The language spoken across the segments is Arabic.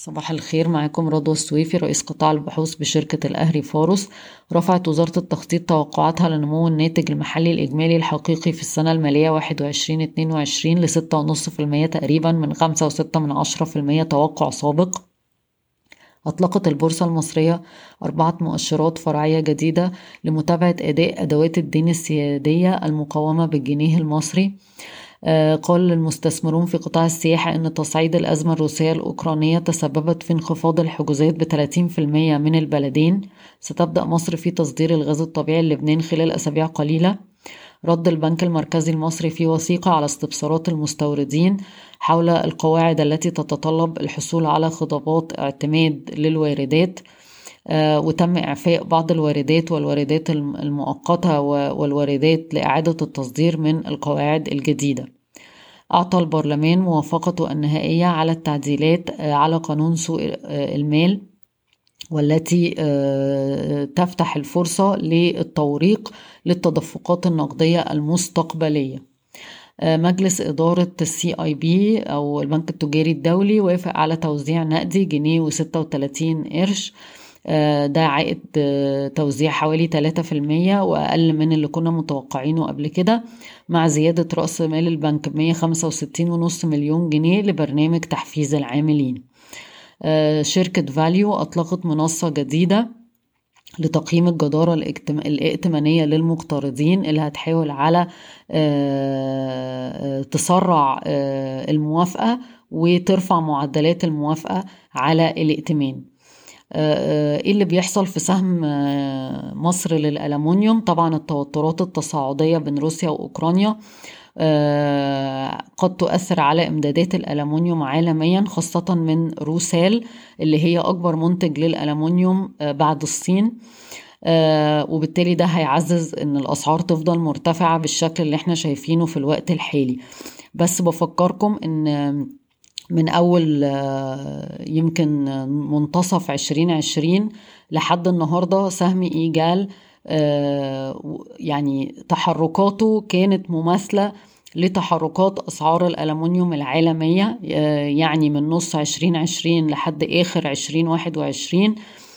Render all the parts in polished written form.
صباح الخير، معاكم رضوى السويفي رئيس قطاع البحوث بشركة الأهري فارس. رفعت وزارة التخطيط توقعاتها لنمو الناتج المحلي الإجمالي الحقيقي في السنة المالية 21-22 ل6.5% تقريبا من 5.6% توقع سابق. أطلقت البورصة المصرية 4 مؤشرات فرعية جديدة لمتابعة أداء أدوات الدين السيادية المقومة بالجنيه المصري. قال المستثمرون في قطاع السياحة أن تصعيد الأزمة الروسية الأوكرانية تسببت في انخفاض الحجوزات ب30% من البلدين. ستبدأ مصر في تصدير الغاز الطبيعي للبنان خلال أسابيع قليلة. رد البنك المركزي المصري في وثيقة على استفسارات المستوردين حول القواعد التي تتطلب الحصول على خطابات اعتماد للواردات. وتم إعفاء بعض الواردات والواردات المؤقتة والواردات لإعادة التصدير من القواعد الجديدة. أعطى البرلمان موافقته النهائية على التعديلات على قانون سوق المال، والتي تفتح الفرصة للتوريق للتدفقات النقدية المستقبلية. مجلس إدارة CIB أو البنك التجاري الدولي وافق على توزيع نقدي جنيه و36 قرش. ده عائد توزيع حوالي 3% وأقل من اللي كنا متوقعينه قبل كده، مع زيادة رأس مال البنك ب165.5 مليون جنيه لبرنامج تحفيز العاملين. شركة فاليو أطلقت منصة جديدة لتقييم الجدارة الائتمانية للمقترضين اللي هتحاول على تسرع الموافقة وترفع معدلات الموافقة على الائتمان. ايه اللي بيحصل في سهم مصر للألمنيوم؟ طبعا التوترات التصاعدية بين روسيا وأوكرانيا قد تؤثر على إمدادات الألمنيوم عالميا، خاصة من روسال اللي هي أكبر منتج للألمنيوم بعد الصين. وبالتالي ده هيعزز ان الأسعار تفضل مرتفعة بالشكل اللي احنا شايفينه في الوقت الحالي. بس بفكركم ان من أول يمكن منتصف 2020 لحد النهاردة سهم إيجال يعني تحركاته كانت مماثلة لتحركات أسعار الألمنيوم العالمية، يعني من نص 2020 لحد آخر 2021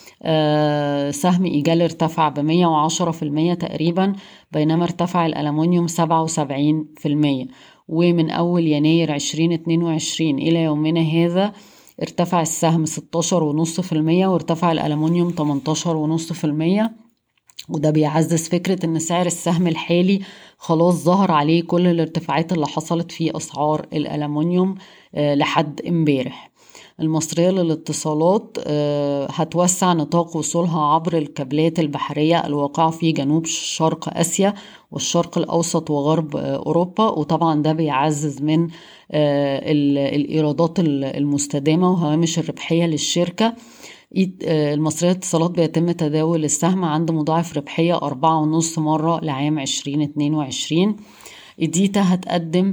سهم إيجال ارتفع ب110% تقريبا، بينما ارتفع الألمنيوم 77%. ومن أول يناير 2022 إلى يومنا هذا ارتفع السهم 16.5% وارتفع الألمنيوم 18.5%. وده بيعزز فكرة ان سعر السهم الحالي خلاص ظهر عليه كل الارتفاعات اللي حصلت في أسعار الألمنيوم لحد امبارح. المصرية للاتصالات هتوسع نطاق وصولها عبر الكابلات البحرية الواقعة في جنوب شرق آسيا والشرق الأوسط وغرب أوروبا، وطبعا ده بيعزز من الإيرادات المستدامة وهوامش الربحية للشركة. المصرية للاتصالات بيتم تداول السهم عند مضاعف ربحية 4.5 مرة لعام 2022. إيديتا هتقدم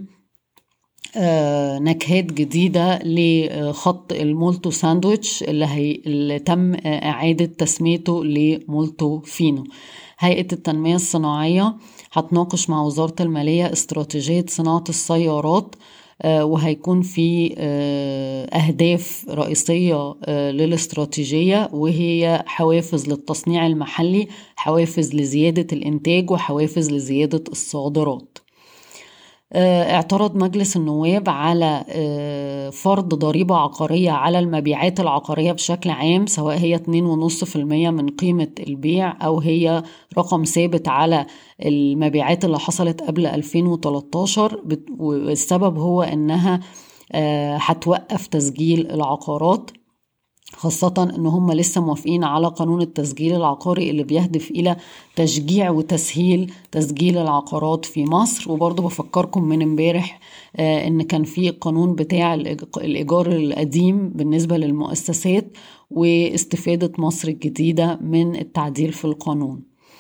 نكهات جديدة لخط المولتو ساندويتش اللي تم إعادة تسميته لمولتو فينو. هيئة التنمية الصناعية هتناقش مع وزارة المالية استراتيجية صناعة السيارات، وهيكون في أهداف رئيسية للاستراتيجية، وهي حوافز للتصنيع المحلي، حوافز لزيادة الإنتاج، وحوافز لزيادة الصادرات. اعترض مجلس النواب على فرض ضريبة عقارية على المبيعات العقارية بشكل عام، سواء هي 2.5% من قيمة البيع أو هي رقم ثابت على المبيعات اللي حصلت قبل 2013. والسبب هو أنها هتوقف تسجيل العقارات، خاصة ان هم لسه موافقين على قانون التسجيل العقاري اللي بيهدف الى تشجيع وتسهيل تسجيل العقارات في مصر. وبرضو بفكركم من امبارح ان كان في قانون بتاع الايجار القديم بالنسبة للمؤسسات، واستفادة مصر الجديدة من التعديل في القانون.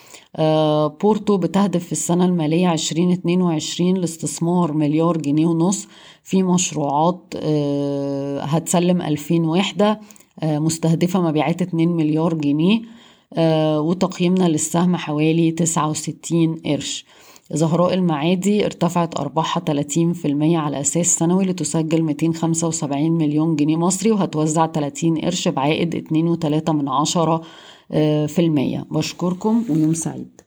بورتو بتهدف في السنة المالية 2022 لاستثمار 1.5 مليار جنيه في مشروعات هتسلم 2000 وحدة، مستهدفة مبيعات 2 مليار جنيه، وتقييمنا للسهم حوالي 69 قرش. زهراء المعادي ارتفعت أرباحها 30% على أساس سنوي لتسجل 275 مليون جنيه مصري، وهتوزع 30 قرش بعائد 2.3%. بشكركم ويوم سعيد.